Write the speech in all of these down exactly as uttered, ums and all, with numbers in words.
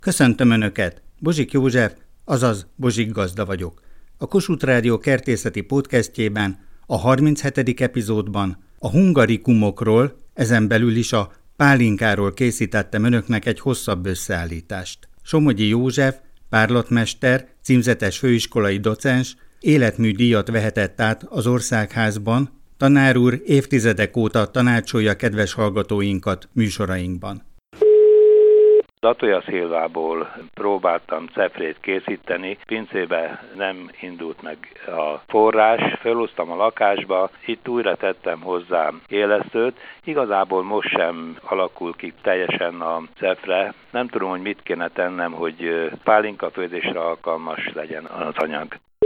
Köszöntöm Önöket! Bozsik József, azaz Bozsik Gazda vagyok. A Kossuth Rádió kertészeti podcastjében, a harminchetedik epizódban a hungarikumokról, ezen belül is a pálinkáról készítettem Önöknek egy hosszabb összeállítást. Somogyi József, párlatmester, címzetes főiskolai docens, életműdíjat vehetett át az Országházban, tanár úr évtizedek óta tanácsolja kedves hallgatóinkat műsorainkban. Datoya Silvából próbáltam cefrét készíteni, pincébe nem indult meg a forrás, felhoztam a lakásba, itt újra tettem hozzá élesztőt, igazából most sem alakul ki teljesen a cefre, nem tudom, hogy mit kéne tennem, hogy pálinkafőzésre alkalmas legyen az anyag.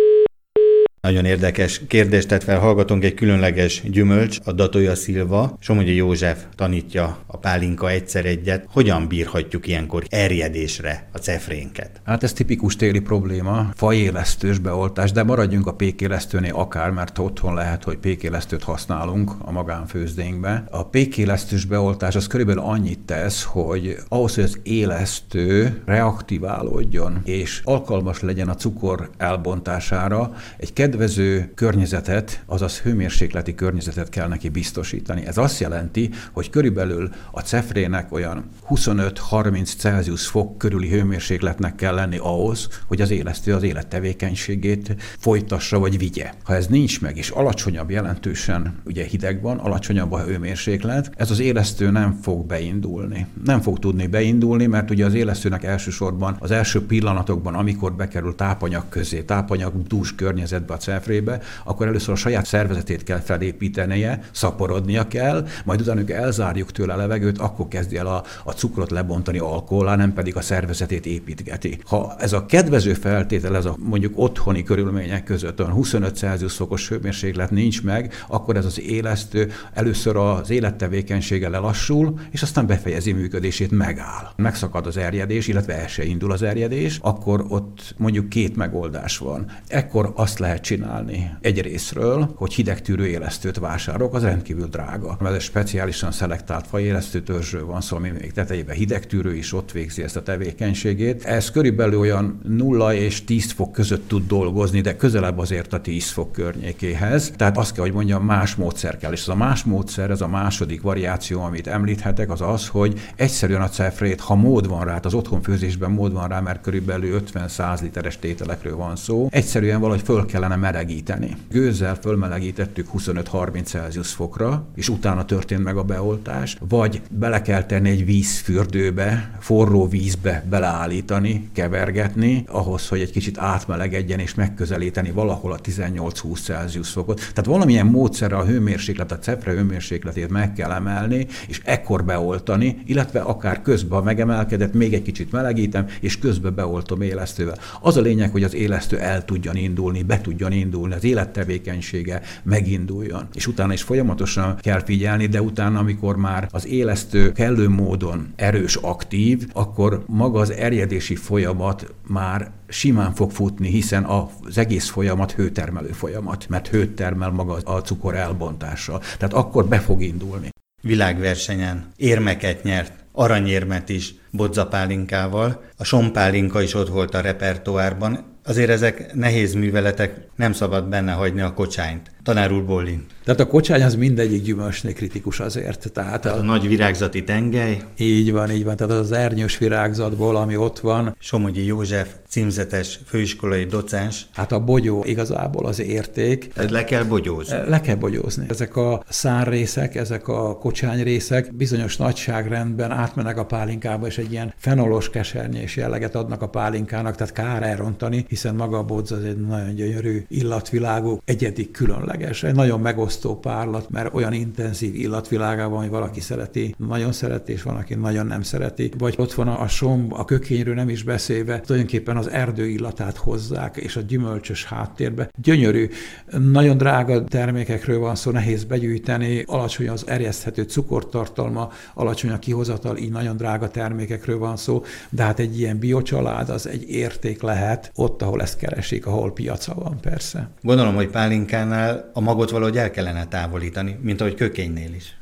Nagyon érdekes kérdést tett fel hallgatónk, egy különleges gyümölcs, a Datoya Silva. Somogyi József tanítja a pálinka egyszer egyet. Hogyan bírhatjuk ilyenkor erjedésre a cefrénket? Hát ez tipikus téli probléma, fajélesztős beoltás, de maradjunk a pékélesztőnél akár, mert otthon lehet, hogy pékélesztőt használunk a magánfőzdénkbe. A pékélesztős beoltás az körülbelül annyit tesz, hogy ahhoz, hogy az élesztő reaktiválódjon és alkalmas legyen a cukor elbontására, egy kedvező környezetet, azaz hőmérsékleti környezetet kell neki biztosítani. Ez azt jelenti, hogy körülbelül a cefrének olyan huszonöt-harminc Celsius fok körüli hőmérsékletnek kell lenni ahhoz, hogy az élesztő az élettevékenységét folytassa vagy vigye. Ha ez nincs meg, és alacsonyabb jelentősen, ugye hideg van, alacsonyabb a hőmérséklet, ez az élesztő nem fog beindulni. Nem fog tudni beindulni, mert ugye az élesztőnek elsősorban az első pillanatokban, amikor bekerül tápanyag közé, tápanyag dús környezetbe, a cefrébe, akkor először a saját szervezetét kell felépítenie, szaporodnia kell, majd utána elzárjuk tőle a levegőt, akkor kezdi el a, a cukrot lebontani alkohollá, nem pedig a szervezetét építgeti. Ha ez a kedvező feltétel, ez a mondjuk otthoni körülmények között olyan huszonöt Celsius fokos hőmérséklet nincs meg, akkor ez az élesztő először az élettevékenysége lelassul, és aztán befejezi működését, megáll. Megszakad az erjedés, illetve el se indul az erjedés, akkor ott mondjuk két megoldás van. Ekkor azt lehet csinálni egy részről, hogy hidegtűrő élesztőt vásárolok, az rendkívül drága. Mert ez speciálisan szelektált fajélesztő törzsről van szó, ami még tetejében hidegtűrő is ott végzi ezt a tevékenységét. Ez körülbelül olyan nulla és tíz fok között tud dolgozni, de közelebb azért a tíz fok környékéhez. Tehát azt kell, hogy mondjam, más módszer kell. És ez a más módszer, ez a második variáció, amit említhetek, az az, hogy egyszerűen a cefrét, ha mód van rá, az otthonfőzésben mód van rá, mert körülbelül ötven-száz literes tételekről van szó, egyszerűen valahogy föl kellene melegíteni. Gőzzel fölmelegítettük huszonöt-harminc Celsius fokra, és utána történt meg a beoltás, vagy bele kell tenni egy vízfürdőbe, forró vízbe beleállítani, kevergetni, ahhoz, hogy egy kicsit átmelegedjen és megközelíteni valahol a tizennyolc-húsz Celsius fokot. Tehát valamilyen módszerrel a hőmérséklet, a cefre hőmérsékletét meg kell emelni, és ekkor beoltani, illetve akár közben megemelkedett, még egy kicsit melegítem, és közben beoltom élesztővel. Az a lényeg, hogy az élesztő el tudjon indulni, be tudjon indulni, az élettevékenysége meginduljon. És utána is folyamatosan kell figyelni, de utána, amikor már az élesztő kellő módon erős, aktív, akkor maga az erjedési folyamat már simán fog futni, hiszen az egész folyamat hőtermelő folyamat, mert hőt termel maga a cukor elbontása. Tehát akkor be fog indulni. Világversenyen érmeket nyert, aranyérmet is bodzapálinkával, a sompálinka is ott volt a repertoárban. Azért ezek nehéz műveletek, nem szabad benne hagyni a kocsányt. Tanár úr bólint. Tehát a kocsány az mindegyik gyümölcsnél kritikus azért. Tehát a, a nagy virágzati tengely. Így van, így van. Tehát az ernyős virágzatból, ami ott van. Somogyi József, címzetes főiskolai docens. Hát a bogyó igazából az érték. Tehát le kell bogyózni. Le kell bogyózni. Ezek a szárrészek, ezek a kocsányrészek bizonyos nagyságrendben átmennek a pálinkába, és egy ilyen fenolos, kesernyés jelleget adnak a pálinkának, tehát kár elrontani, hiszen maga a bodz az egy nagyon gyönyörű illatvilágú, egyedi, különleges, egy nagyon megosztó párlat, mert olyan intenzív illatvilágában, hogy valaki szereti, nagyon szereti, és van, aki nagyon nem szereti. Vagy ott van a somb, a kökényről nem is beszélve, tulajdonképpen az erdő illatát hozzák, és a gyümölcsös háttérbe. Gyönyörű, nagyon drága termékekről van szó, nehéz begyűjteni, alacsony az erjeszthető cukortartalma, alacsony a kihozatal, így nagyon drága termékekről van szó, de hát egy ilyen biocsalád az egy érték lehet ott, ahol ezt keresik, ahol piaca van persze. Gondolom, hogy pálinkánál a magot valahogy el kellene távolítani, mint ahogy kökénynél is.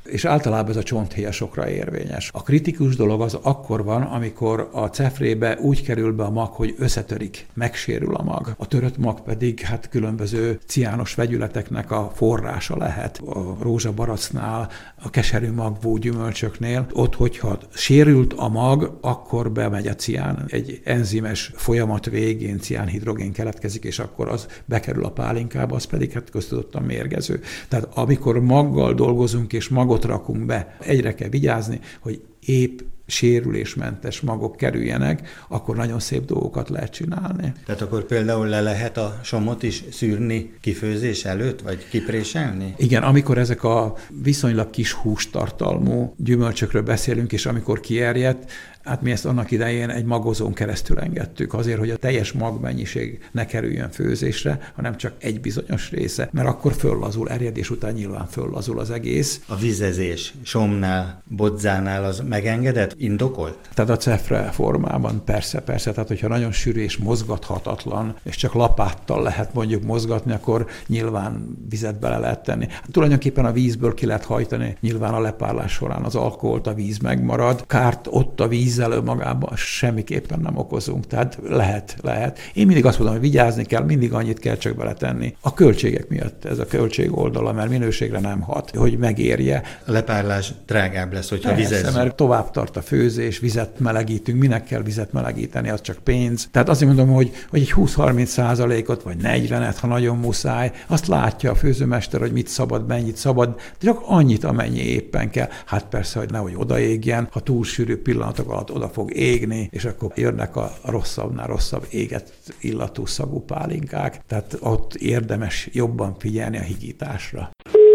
És általában ez a csonthéjasokra érvényes. A kritikus dolog az akkor van, amikor a cefrébe úgy kerül be a mag, hogy összetörik, megsérül a mag. A törött mag pedig hát különböző ciános vegyületeknek a forrása lehet. A rózsabaracnál, a keserű magvú gyümölcsöknél, ott, hogyha sérült a mag, akkor bemegy a cián. Egy enzimes folyamat végén ciánhidrogén keletkezik, és akkor az bekerül a pálinkába, az pedig hát köztudottan mérgező. Tehát amikor maggal dolgozunk és magot rakunk be, egyre kell vigyázni, hogy épp sérülésmentes magok kerüljenek, akkor nagyon szép dolgokat lehet csinálni. Tehát akkor például le lehet a somot is szűrni kifőzés előtt, vagy kipréselni? Igen, amikor ezek a viszonylag kis hústartalmú gyümölcsökről beszélünk, és amikor kierjedt, hát mi ezt annak idején egy magozón keresztül engedtük, azért, hogy a teljes magmennyiség ne kerüljön főzésre, hanem csak egy bizonyos része, mert akkor föllazul, erjedés után nyilván föllazul az egész. A vizezés somnál, bodzánál az megengedett, indokolt? Tehát a cefre formában persze, persze, tehát hogyha nagyon sűrű és mozgathatatlan, és csak lapáttal lehet mondjuk mozgatni, akkor nyilván vizet bele lehet tenni. Hát tulajdonképpen a vízből ki lehet hajtani, nyilván a lepárlás során az alkoholt, a víz megmarad, kárt ott a víz vízzel önmagában semmiképpen nem okozunk, tehát lehet, lehet. Én mindig azt mondom, hogy vigyázni kell, mindig annyit kell csak beletenni. A költségek miatt ez a költség oldala, mert minőségre nem hat, hogy megérje. A lepárlás drágább lesz, hogyha Persze, vizezzük. mert tovább tart a főzés, vizet melegítünk, minek kell vizet melegíteni, az csak pénz. Tehát azt mondom, hogy, hogy egy húsz-harminc százalékot, vagy negyvenet, ha nagyon muszáj, azt látja a főzőmester, hogy mit szabad, mennyit szabad, de csak annyit, amennyi éppen kell. Hát persze, hogy nehogy odaégjen, ha túl sűrű pillanatok alatt oda fog égni, és akkor jönnek a rosszabbnál rosszabb égett illatú szagú pálinkák, tehát ott érdemes jobban figyelni a higításra.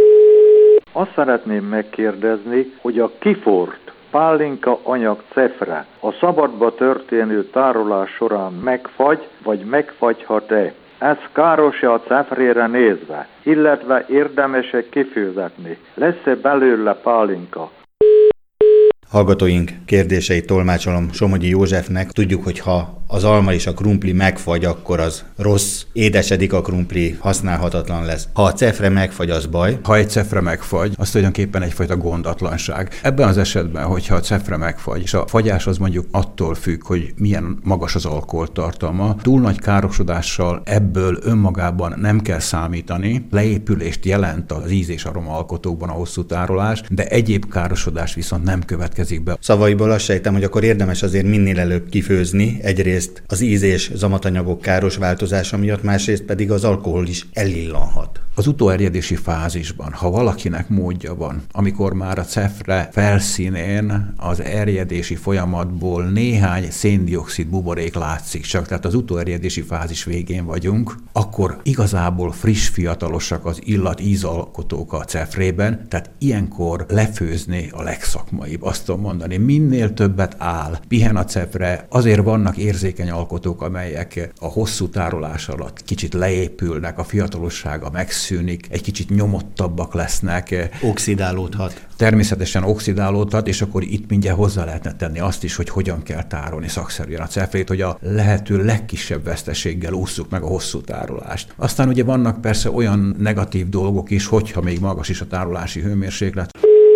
Azt szeretném megkérdezni, hogy a kifort pálinka anyag cefre a szabadba történő tárolás során megfagy, vagy megfagyhat-e? Ez káros-e a cefrére nézve, illetve érdemes-e kifőzetni? Lesz-e belőle pálinka? Hallgatóink kérdéseit tolmácsolom Somogyi Józsefnek. Tudjuk, hogy ha az alma és a krumpli megfagy, akkor az rossz, édesedik a krumpli, használhatatlan lesz. Ha a cefre megfagy, az baj. Ha egy cefre megfagy, az tulajdonképpen egyfajta gondatlanság. Ebben az esetben, hogyha a cefre megfagy, és a fagyás az mondjuk attól függ, hogy milyen magas az alkoholtartalma, túl nagy károsodással ebből önmagában nem kell számítani, leépülést jelent az íz- és aroma alkotókban a hosszú tárolás, de egyéb károsodás viszont nem következik be. Szavaiból azt sejtem, hogy akkor érdemes azért minél előbb kifőzni, egyrészt az íz- és zamatanyagok káros változása miatt, másrészt pedig az alkohol is elillanhat. Az utóerjedési fázisban, ha valakinek módja van, amikor már a cefre felszínén az erjedési folyamatból néhány széndioxid buborék látszik csak, tehát az utóerjedési fázis végén vagyunk, akkor igazából friss, fiatalosak az illat-ízalkotók a cefrében, tehát ilyenkor lefőzni a legszakmaibb. Azt tudom mondani, minél többet áll, pihen a cefre, azért vannak érzékeny alkotók, amelyek a hosszú tárolás alatt kicsit leépülnek, a fiatalossága megszűnik, egy kicsit nyomottabbak lesznek. Oxidálódhat. Természetesen oxidálódhat, és akkor itt mindjárt hozzá lehetne tenni azt is, hogy hogyan kell tárolni szakszerűen a cefrét, hogy a lehető legkisebb veszteséggel ússzuk meg a hosszú tárolást. Aztán ugye vannak persze olyan negatív dolgok is, hogyha még magas is a tárolási hőmérséklet.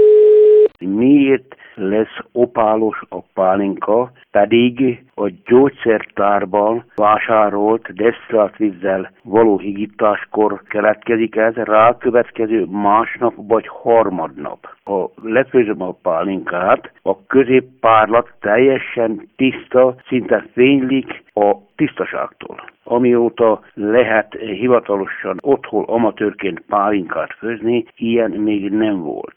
Miért lesz opálos a pálinka, pedig a gyógyszertárban vásárolt desztillált vízzel való higításkor keletkezik ez, rá következő másnap vagy harmadnap. Ha lefőzöm a pálinkát, a középpárlat teljesen tiszta, szinte fénylik a tisztaságtól. Amióta lehet hivatalosan otthon amatőrként pálinkát főzni, ilyen még nem volt.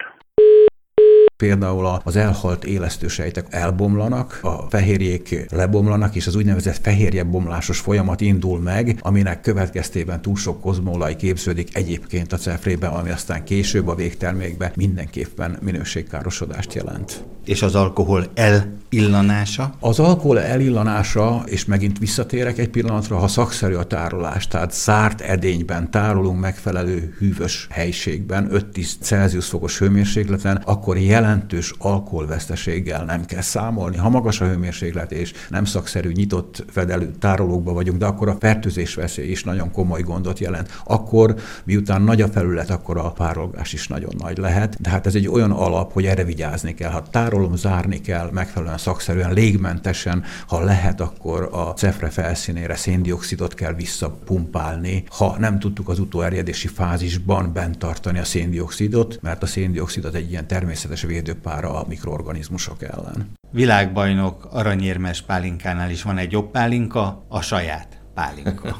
Például az elhalt élesztősejtek elbomlanak, a fehérjék lebomlanak, és az úgynevezett fehérjebomlásos folyamat indul meg, aminek következtében túl sok kozmolaj képződik egyébként a cefrében, ami aztán később a végtermékben mindenképpen minőségkárosodást jelent. És az alkohol elillanása? Az alkohol elillanása, és megint visszatérek egy pillanatra, ha szakszerű a tárolás, tehát zárt edényben tárolunk megfelelő hűvös helységben, öt-tíz Celsius fokos hőmérsékleten, akkor jelen jelentős alkoholveszteséggel nem kell számolni. Ha magas a hőmérséklet és nem szakszerű nyitott fedelű tárolókban vagyunk, de akkor a fertőzés veszély is nagyon komoly gondot jelent. Akkor, miután nagy a felület, akkor a párolgás is nagyon nagy lehet. De hát ez egy olyan alap, hogy erre vigyázni kell. Ha tárolom, zárni kell megfelelően szakszerűen, légmentesen, ha lehet, akkor a cefre felszínére széndioxidot kell visszapumpálni. Ha nem tudtuk az utóerjedési fázisban bent tartani a széndioxidot, mert a széndioxidot egy ilyen természetes védőpára a mikroorganizmusok ellen. Világbajnok aranyérmes pálinkánál is van egy jobb pálinka, a saját pálinka.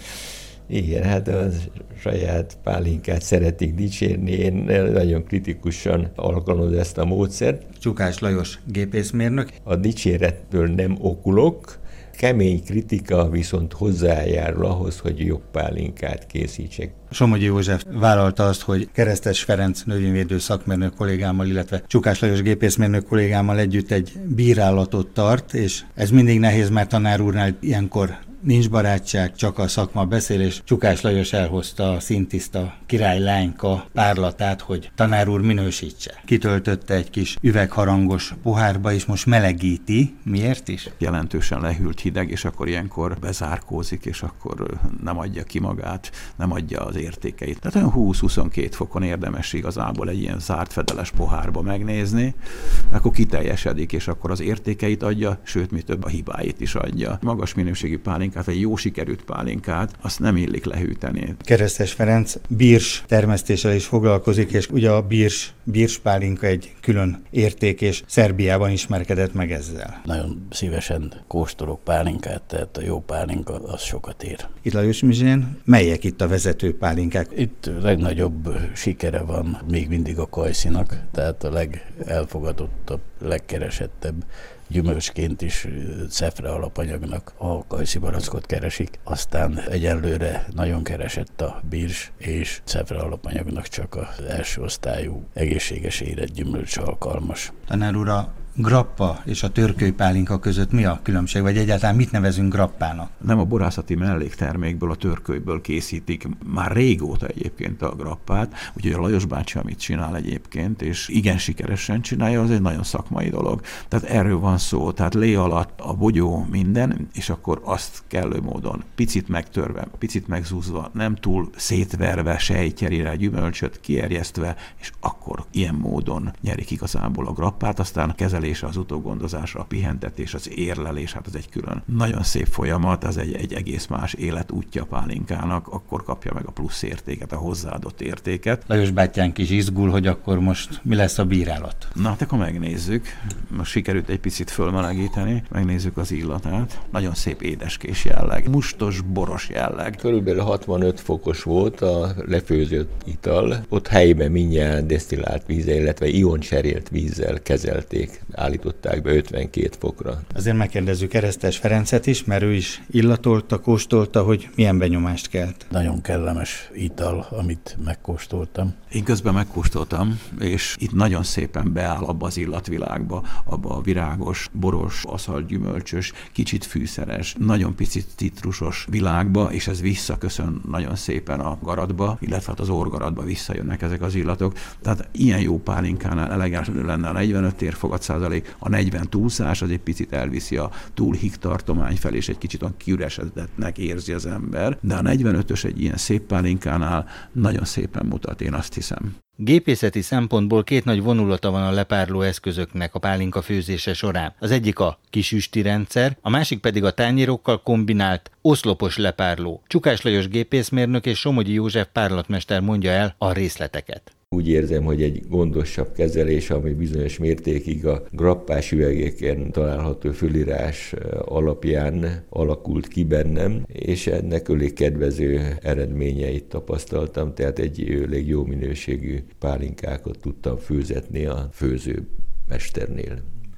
Igen, hát a saját pálinkát szeretik dicsérni, én nagyon kritikusan alkalmazom ezt a módszert. Csukás Lajos gépészmérnök. A dicsérettől nem okulok, kemény kritika viszont hozzájárul ahhoz, hogy jobb pálinkát készítsek. Somogyi József vállalta azt, hogy Keresztes Ferenc növényvédő szakmérnök kollégámmal, illetve Csukás Lajos gépészmérnök kollégámmal együtt egy bírálatot tart, és ez mindig nehéz, mert tanár úrnál ilyenkor nincs barátság, csak a szakma beszél, és Csukás Lajos elhozta a szintiszta királylányka párlatát, hogy tanár úr minősítse. Kitöltötte egy kis üvegharangos pohárba, és most melegíti. Miért is? Jelentősen lehűlt hideg, és akkor ilyenkor bezárkózik, és akkor nem adja ki magát, nem adja az értékeit. Tehát olyan húsz-huszonkettő fokon érdemes igazából egy ilyen zárt fedeles pohárba megnézni, akkor kiteljesedik, és akkor az értékeit adja, sőt, mi több, a hibáit is adja. Magas minőségi pálinkát, vagy jó sikerült pálinkát, azt nem illik lehűteni. Keresztes Ferenc bírs termesztéssel is foglalkozik, és ugye a bírs, bírs pálinka egy külön érték, és Szerbiában ismerkedett meg ezzel. Nagyon szívesen kóstolok pálinkát, tehát a jó pálinka az sokat ér. Itt Lajos Mizsén, melyek itt a vezető pálinkák? Itt legnagyobb sikere van még mindig a kajszinak, tehát a legelfogadottabb, legkeresettebb gyümölcsként is cefre alapanyagnak a kajszi barackot keresik. Aztán egyenlőre nagyon keresett a bírs, és cefre alapanyagnak csak az első osztályú egészséges érett gyümölcs alkalmas. Tanár úr, a grappa és a törkölypálinka között mi a különbség, vagy egyáltalán mit nevezünk grappának? Nem a borászati melléktermékből, a törkölyből készítik már régóta egyébként a grappát, úgyhogy a Lajos bácsi, amit csinál egyébként, és igen sikeresen csinálja, az egy nagyon szakmai dolog. Tehát erről van szó, tehát lé alatt a bogyó minden, és akkor azt kellő módon picit megtörve, picit megzúzva, nem túl szétverve sejtjerire a gyümölcsöt, kierjesztve, és akkor ilyen módon nyerik igazából a grappát, aztán a kezelése, az utógondozása, a pihentetés, az érlelés, hát az egy külön nagyon szép folyamat, az egy, egy egész más életútja pálinkának, akkor kapja meg a plusz értéket, a hozzáadott értéket. Lajos bátyánk is izgul, hogy akkor most mi lesz a bírálat. Na, hát akkor megnézzük. Most sikerült egy picit fölmelegíteni, megnézzük az illatát. Nagyon szép édeskés jelleg, mustos, boros jelleg. Körülbelül hatvanöt fokos volt a lefőzött ital. Ott helyben mindjárt desztillált vízzel, illetve ioncserélt vízzel kezelték, állították be ötvenkét fokra. Azért megkérdezzük Keresztes Ferencet is, mert ő is illatolta, kóstolta, hogy milyen benyomást kelt. Nagyon kellemes ital, amit megkóstoltam. Én közben megkóstoltam, és itt nagyon szépen beáll abba az illatvilágba, abba a virágos, boros, aszalgyümölcsös, kicsit fűszeres, nagyon picit citrusos világba, és ez visszaköszön nagyon szépen a garatba, illetve hát az orgaratba visszajönnek ezek az illatok. Tehát ilyen jó pálinkánál elegáns lenne a negyvenöt térfogat százalék, a negyven túlszás az egy picit elviszi a túlhig tartomány fel, és egy kicsit olyan kiüresedettnek érzi az ember, de a negyvenötös egy ilyen szép pálinkánál nagyon szépen mutat, én azt hiszem. Gépészeti szempontból két nagy vonulata van a lepárló eszközöknek a pálinka főzése során. Az egyik a kisüsti rendszer, a másik pedig a tányérokkal kombinált oszlopos lepárló. Csukás Lajos gépészmérnök és Somogyi József párlatmester mondja el a részleteket. Úgy érzem, hogy egy gondosabb kezelés, ami bizonyos mértékig a grappás üvegeken található fölírás alapján alakult ki bennem, és ennek elég kedvező eredményeit tapasztaltam, tehát egy elég jó minőségű pálinkákat tudtam főzetni a főzőmesternél.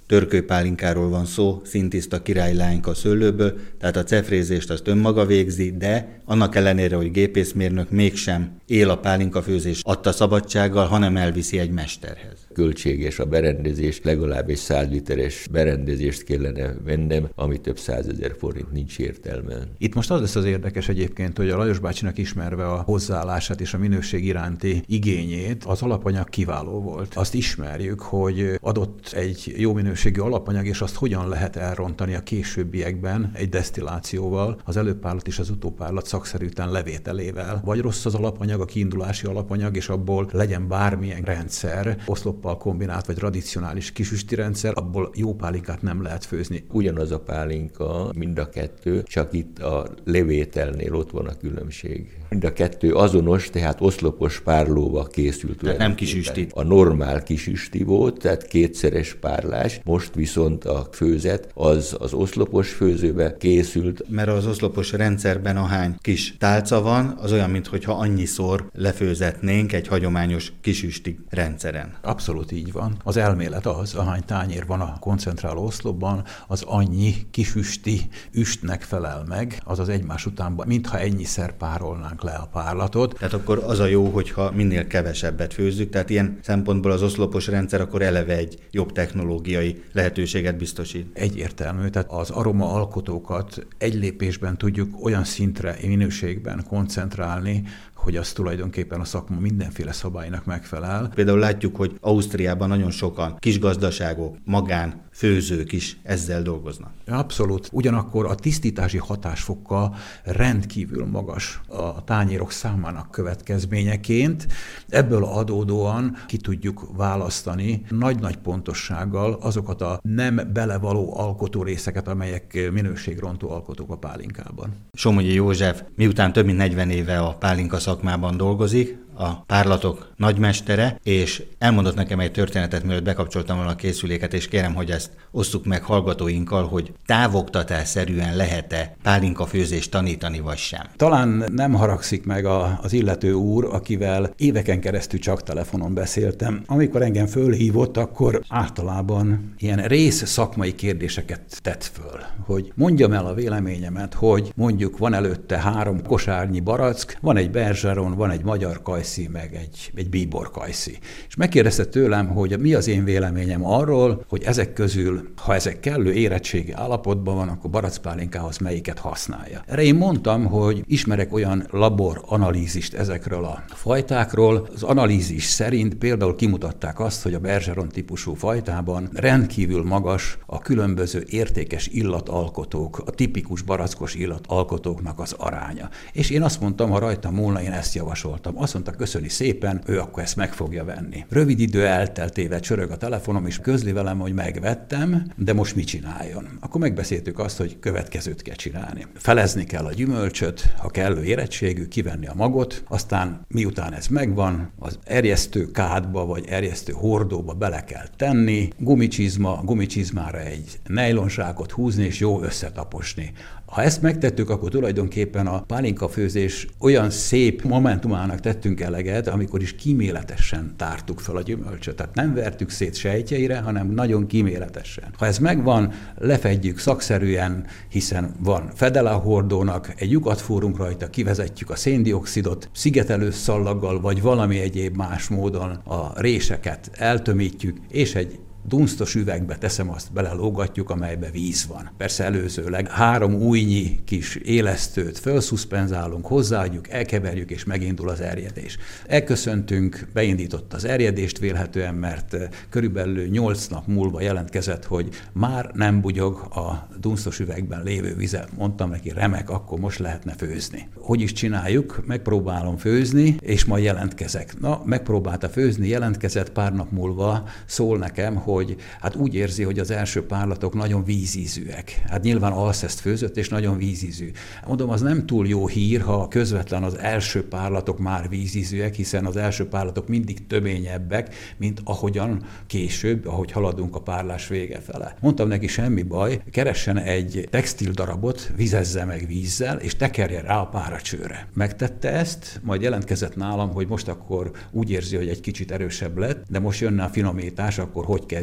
törkőpálinkáról van szó, szintiszta királylányka szőlőből, tehát a cefrézést azt önmaga végzi, de annak ellenére, hogy gépészmérnök, mégsem él a pálinkafőzés adta szabadsággal, hanem elviszi egy mesterhez. Költséges a berendezés, legalább egy száz literes berendezést kellene vennem, ami több százezer forint, nincs értelme. Itt most az lesz az érdekes egyébként, hogy a Lajos bácsinak ismerve a hozzáállását és a minőség iránti igényét, az alapanyag kiváló volt. Azt ismerjük, hogy adott egy jó minőségű alapanyag, és azt hogyan lehet elrontani a későbbiekben egy desztillációval, az előpárlat és az utópárlat szakszerűtlen levételével. Vagy rossz az alapanyag, a kiindulási alapanyag, és abból legyen bármilyen rendszer, oszloppal kombinált vagy tradicionális kisüsti rendszer, abból jó pálinkát nem lehet főzni. Ugyanaz a pálinka, mind a kettő, csak itt a levételnél ott van a különbség. Mind a kettő azonos, tehát oszlopos párlóba készült. Tehát nem kisüsti. A normál kisüsti volt, tehát kétszeres párlás, most viszont a főzet az az oszlopos főzőbe készült. Mert az oszlopos rendszerben ahány kis tálca van, az olyan, mintha annyiszor lefőzetnénk egy hagyományos kisüsti rendszeren. Abszolút így van. Az elmélet az, ahány tányér van a koncentráló oszlopban, az annyi kisüsti üstnek felel meg, azaz egymás utánban, mintha ennyiszer párolnánk le a párlatot. Tehát akkor az a jó, hogyha minél kevesebbet főzzük, tehát ilyen szempontból az oszlopos rendszer akkor eleve egy jobb technológiai lehetőséget biztosít. Egyértelmű, tehát az aroma alkotókat egy lépésben tudjuk olyan szintre, minőségben koncentrálni, hogy az tulajdonképpen a szakma mindenféle szabálynak megfelel. Például látjuk, hogy Ausztriában nagyon sokan kisgazdaságok, magán főzők is ezzel dolgoznak. Abszolút. Ugyanakkor a tisztítási hatásfoka rendkívül magas a tányérok számának következményeként. Ebből adódóan ki tudjuk választani nagy-nagy pontossággal azokat a nem belevaló alkotórészeket, amelyek minőségrontó alkotók a pálinkában. Somogyi József miután több mint negyven éve a pálinka szakmában dolgozik, a párlatok nagymestere, és elmondott nekem egy történetet, mielőtt bekapcsoltam volna a készüléket, és kérem, hogy ezt osszuk meg hallgatóinkkal, hogy távoktatásszerűen lehet-e pálinkafőzést tanítani, vagy sem. Talán nem haragszik meg a, az illető úr, akivel éveken keresztül csak telefonon beszéltem. Amikor engem fölhívott, akkor általában ilyen rész szakmai kérdéseket tett föl, hogy mondjam el a véleményemet, hogy mondjuk van előtte három kosárnyi barack, van egy Bergeron, van egy magyar kajszi, meg egy, egy bíbor kajszi. És megkérdezte tőlem, hogy mi az én véleményem arról, hogy ezek közül, ha ezek kellő érettségi állapotban van, akkor barackpálinkához melyiket használja. Erre én mondtam, hogy ismerek olyan labor analízist ezekről a fajtákról. Az analízis szerint például kimutatták azt, hogy a Bergeron típusú fajtában rendkívül magas a különböző értékes illatalkotók, a tipikus barackos illatalkotóknak az aránya. És én azt mondtam, ha rajtam múlna, én ezt javasoltam. Azt mondta, köszöni szépen, ő akkor ezt meg fogja venni. Rövid idő elteltével csörög a telefonom, és közli velem, hogy megvettem, de most mit csináljon? Akkor megbeszéltük azt, hogy következőt kell csinálni. Felezni kell a gyümölcsöt, ha kellő érettségű, kivenni a magot, aztán miután ez megvan, az erjesztő kádba vagy erjesztő hordóba bele kell tenni, gumicsizma, gumicsizmára egy nejlonzsákot húzni és jó összetaposni. Ha ezt megtettük, akkor tulajdonképpen a pálinkafőzés olyan szép momentumának tettünk eleget, amikor is kíméletesen tártuk fel a gyümölcsöt. Tehát nem vertük szét sejtjeire, hanem nagyon kíméletesen. Ha ez megvan, lefedjük szakszerűen, hiszen van fedele a hordónak, egy lyukat fúrunk rajta, kivezetjük a széndioxidot, szigetelő szallaggal vagy valami egyéb más módon a réseket eltömítjük, és egy dunsztos üvegbe teszem, azt belelógatjuk, amelybe víz van. Persze előzőleg három újnyi kis élesztőt felszuszpenzálunk, hozzáadjuk, elkeverjük, és megindul az erjedés. Elköszöntünk, beindított az erjedést vélhetően, mert körülbelül nyolc nap múlva jelentkezett, hogy már nem bugyog a dunsztos üvegben lévő vize. Mondtam neki, remek, akkor most lehetne főzni. Hogy is csináljuk? Megpróbálom főzni, és majd jelentkezek. Na, megpróbálta főzni, jelentkezett, pár nap múlva szól nekem, hogy hogy hát úgy érzi, hogy az első párlatok nagyon vízízűek. Hát nyilván alszeszt főzött, és nagyon vízízű. Mondom, az nem túl jó hír, ha közvetlen az első párlatok már vízízűek, hiszen az első párlatok mindig töményebbek, mint ahogyan később, ahogy haladunk a párlás vége fele. Mondtam neki, semmi baj, keressen egy textil darabot, vizezze meg vízzel, és tekerje rá a páracsőre. Megtette ezt, majd jelentkezett nálam, hogy most akkor úgy érzi, hogy egy kicsit erősebb lett, de most jönne a finomítás, akkor hogy kezd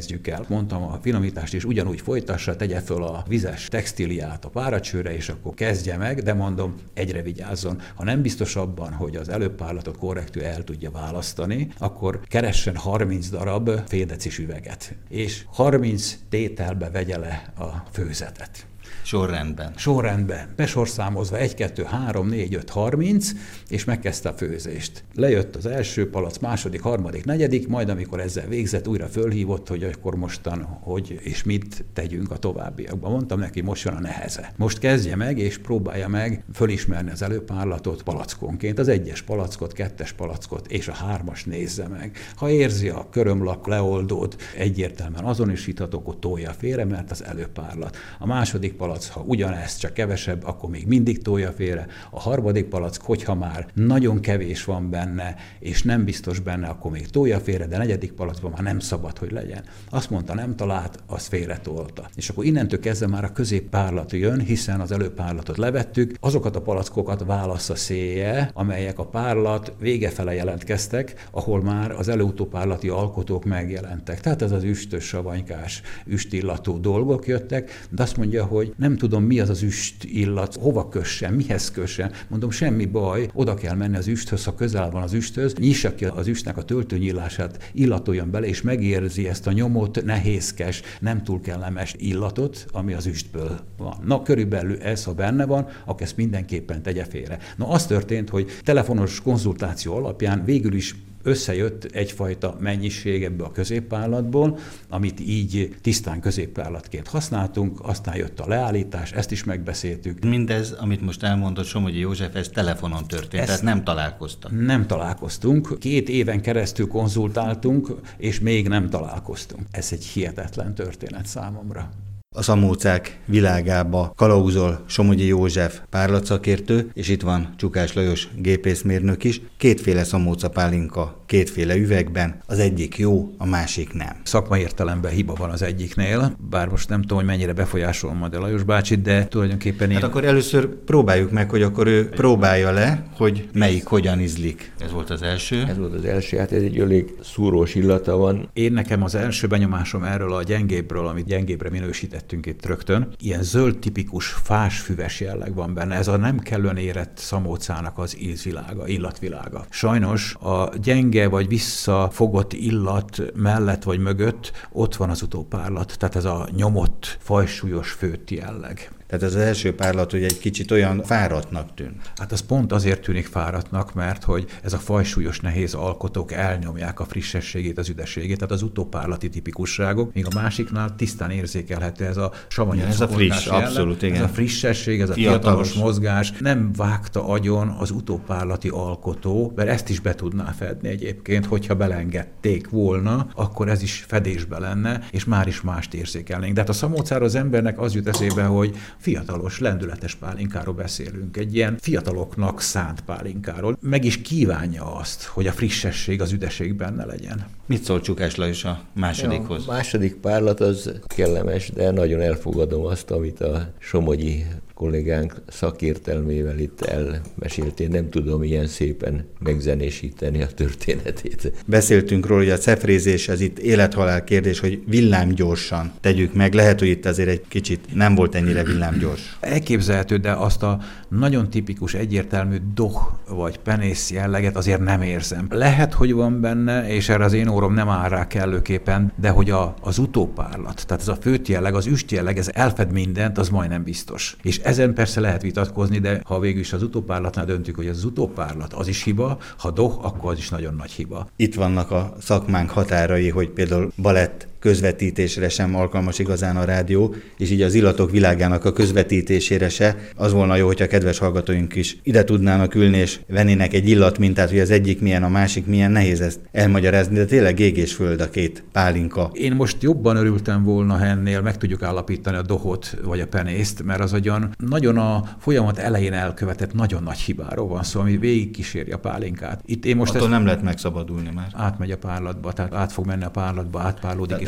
kezdjük el. Mondtam, a finomítást is ugyanúgy folytassa, tegye föl a vizes textíliát a páracsőre, és akkor kezdje meg, de mondom, egyre vigyázzon. Ha nem biztos abban, hogy az előpárlatot korrektül el tudja választani, akkor keressen harminc darab féldecis üveget, és harminc tételbe vegye le a főzetet. Sorrendben. Sorrendben. Besorszámozva egy, kettő, három, négy, öt, harminc, és megkezdte a főzést. Lejött az első palac, második, harmadik, negyedik, majd amikor ezzel végzett, újra fölhívott, hogy akkor mostan, hogy és mit tegyünk a továbbiakban. Mondtam neki, most jön a neheze. Most kezdje meg, és próbálja meg fölismerni az előpárlatot palackonként, az egyes palackot, kettes palackot, és a hármas nézze meg. Ha érzi a körömlak leoldót, egyértelműen azonosítható, akkor tolja félre, mert az előpárlat. A második palac, ha ugyanezt, csak kevesebb, akkor még mindig tolja félre. A harmadik palack, hogyha már nagyon kevés van benne, és nem biztos benne, akkor még tolja félre, de negyedik palackban már nem szabad, hogy legyen. Azt mondta, nem talált, azt félre tolta. És akkor innentől kezdve már a középpárlat jön, hiszen az előpárlatot levettük, azokat a palackokat válassza szélje, amelyek a párlat vége fele jelentkeztek, ahol már az előutópárlati alkotók megjelentek. Tehát ez az üstös, savanykás, üstillatú dolgok jöttek, de azt mondja, hogy nem tudom, mi az az üst illat, hova kössen, mihez kössen. Mondom, semmi baj, oda kell menni az üsthöz, ha közel van az üsthöz, nyissa ki az üstnek a töltőnyílását, illatoljon bele, és megérzi ezt a nyomott, nehézkes, nem túl kellemes illatot, ami az üstből van. Na, körülbelül ez, ha benne van, akkor ezt mindenképpen tegye félre. Na, az történt, hogy telefonos konzultáció alapján végül is összejött egyfajta mennyiség ebből a középpárlatból, amit így tisztán középpárlatként használtunk, aztán jött a leállítás, ezt is megbeszéltük. Mindez, amit most elmondott Somogyi József, ez telefonon történt, ezt tehát nem találkoztak. Nem találkoztunk. Két éven keresztül konzultáltunk, és még nem találkoztunk. Ez egy hihetetlen történet számomra. A szamócák világába kalauzol Somogyi József párlatszakértő, és itt van Csukás Lajos gépészmérnök is. Kétféle szamóca pálinka, kétféle üvegben, az egyik jó, a másik nem. Szakmai értelemben hiba van az egyiknél, bár most nem tudom, hogy mennyire befolyásol majd a Lajos bácsit, de tulajdonképpen én... Hát akkor először próbáljuk meg, hogy akkor ő próbálja le, hogy melyik hogyan ízlik. Ez volt az első. Ez volt az első, hát ez egy elég szúrós illata van. Én nekem az első benyomásom erről a gyengébbről, amit gyengébbre minősített itt rögtön. Ilyen zöld tipikus fásfüves jelleg van benne. Ez a nem kellően érett szamócának az ízvilága, illatvilága. Sajnos a gyenge vagy visszafogott illat mellett vagy mögött ott van az utópárlat. Tehát ez a nyomott, fajsúlyos főtt jelleg. Tehát ez az első párlat, hogy egy kicsit olyan fáradtnak tűn. Hát az pont azért tűnik fáradtnak, mert hogy ez a fajsúlyos nehéz alkotók elnyomják a frissességét, az üdességét, tehát az utópárlati tipikusságok, míg a másiknál tisztán érzékelhető ez a savanyú. Ez a friss, jellem, abszolút, igen. Ez a frissesség, ez a fiatalos, fiatalos mozgás. Nem vágta agyon az utópárlati alkotó, mert ezt is be tudná fedni egyébként, hogyha belengedték volna, akkor ez is fedésbe lenne, és már is mást érzékelnénk. De hát a szamócára az embernek az jut eszébe, hogy fiatalos, lendületes pálinkáról beszélünk, egy ilyen fiataloknak szánt pálinkáról. Meg is kívánja azt, hogy a frissesség, az üdesség benne legyen. Mit szól Csukás Lajos a másodikhoz? Ja, a második párlat az kellemes, de nagyon elfogadom azt, amit a Somogyi kollégánk szakértelmével itt elmesélt. Én nem tudom ilyen szépen megzenésíteni a történetét. Beszéltünk róla, hogy a cefrézés az itt élethalál kérdés, hogy villámgyorsan tegyük meg. Lehet, hogy itt azért egy kicsit nem volt ennyire villámgyors. Elképzelhető, de azt a nagyon tipikus, egyértelmű doh vagy penész jelleget azért nem érzem. Lehet, hogy van benne, és erre az én órom nem áll rá kellőképpen, de hogy a, az utópárlat, tehát ez a főtt jelleg, az üst jelleg, ez elfed mindent, az majdnem biztos. És ezen persze lehet vitatkozni, de ha végül is az utópárlatnál döntük, hogy az utópárlat az is hiba, ha doh, akkor az is nagyon nagy hiba. Itt vannak a szakmánk határai, hogy például balett közvetítésre sem alkalmas igazán a rádió, és így az illatok világának a közvetítésére se. Az volna jó, hogyha kedves hallgatóink is ide tudnának ülni, és vennének egy illatmintát, hogy az egyik milyen, a másik milyen, nehéz ezt elmagyarázni, de tényleg ég és föld a két pálinka. Én most jobban örültem volna, ha ennél meg tudjuk állapítani a dohot vagy a penészt, mert az agyon nagyon a folyamat elején elkövetett nagyon nagy hibáról van szó, ami végigkíséri a pálinkát. Itt én most attól nem lehet megszabadulni már. Átmegy a párlatba, tehát át fog menni a párlatba, átpárlódik, és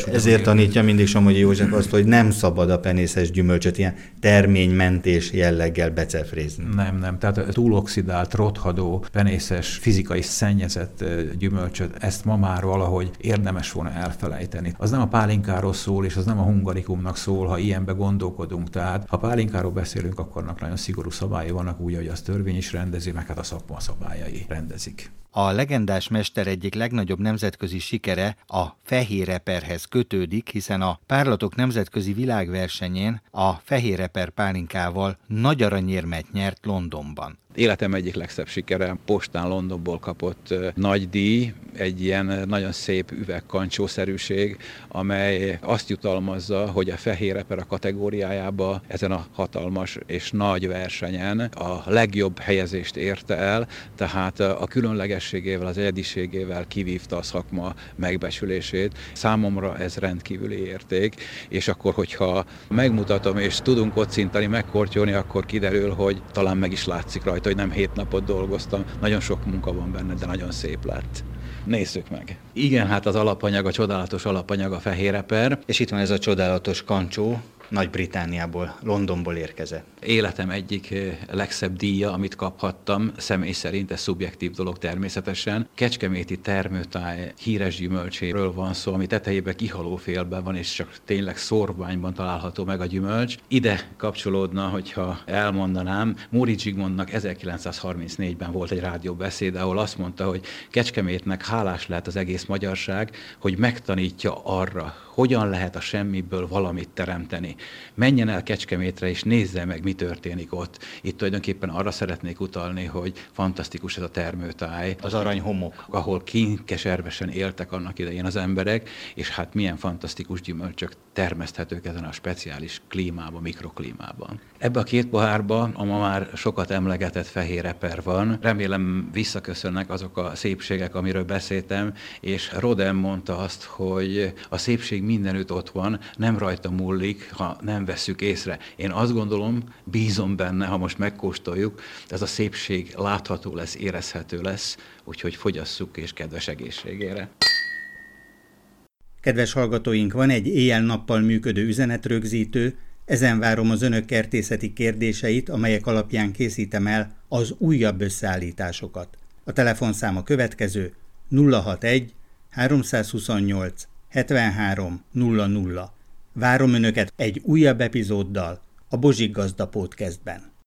pontos. Ezért tanítja mindig Somogyi József azt, hogy nem szabad a penészes gyümölcsöt ilyen terménymentés jelleggel becefrézni. Nem, nem. Tehát túloxidált, rothadó, penészes, fizikai szennyezett gyümölcsöt, ezt ma már valahogy érdemes volna elfelejteni. Az nem a pálinkáról szól, és az nem a hungarikumnak szól, ha ilyenbe gondolkodunk. Tehát ha pálinkáról beszélünk, akkor nagyon szigorú szabályai vannak, úgy, hogy az törvény is rendezi, meg hát a szakma szabályai rendezik. A legendás mester egyik legnagyobb nemzetközi sikere a fehéreperhez kötődik, hiszen a Párlatok nemzetközi világversenyén a fehéreper pálinkával nagy aranyérmet nyert Londonban. Életem egyik legszebb sikere, postán Londonból kapott uh, nagy díj, egy ilyen nagyon szép üvegkancsószerűség, amely azt jutalmazza, hogy a fehéreper a kategóriájába ezen a hatalmas és nagy versenyen a legjobb helyezést érte el, tehát a különlegességével, az egyediségével kivívta a szakma megbecsülését. Számomra ez rendkívüli érték, és akkor, hogyha megmutatom és tudunk kocintani, megkortyolni, akkor kiderül, hogy talán meg is látszik rajta, hogy nem hét napot dolgoztam, nagyon sok munka van benne, de nagyon szép lett. Nézzük meg. Igen, hát az alapanyag, a csodálatos alapanyag a fehéreper. És itt van ez a csodálatos kancsó, Nagy-Britanniából, Londonból érkezett. Életem egyik legszebb díja, amit kaphattam, személy szerint, ez szubjektív dolog természetesen. Kecskeméti termőtáj híres gyümölcséről van szó, ami tetejében kihalófélben van, és csak tényleg szorványban található meg a gyümölcs. Ide kapcsolódna, hogyha elmondanám, Móri Zsigmondnak ezerkilencszázharmincnégyben volt egy rádióbeszéd, ahol azt mondta, hogy Kecskemétnek hálás lehet az egész magyarság, hogy megtanítja arra, hogyan lehet a semmiből valamit teremteni. Menjen el Kecskemétre és nézze meg, mi történik ott. Itt tulajdonképpen arra szeretnék utalni, hogy fantasztikus ez a termőtáj. Az aranyhomok. Ahol kénkeservesen éltek annak idején az emberek, és hát milyen fantasztikus gyümölcsök termeszthetők ezen a speciális klímában, mikroklímában. Ebbe a két pohárba a ma már sokat emlegetett fehéreper van. Remélem visszaköszönnek azok a szépségek, amiről beszéltem, és Rodin mondta azt, hogy a szépség mindenütt ott van, nem rajta múlik, ha nem vesszük észre. Én azt gondolom, bízom benne, ha most megkóstoljuk, ez a szépség látható lesz, érezhető lesz, úgyhogy fogyasszuk és kedves egészségére. Kedves hallgatóink, van egy éjjel-nappal működő üzenetrögzítő, ezen várom az önök kertészeti kérdéseit, amelyek alapján készítem el az újabb összeállításokat. A telefonszám a következő: nulla hatvanegy háromszázhuszonnyolc hetvenhárom nulla nulla. Várom önöket egy újabb epizóddal a Bozsik Gazda Podcastben.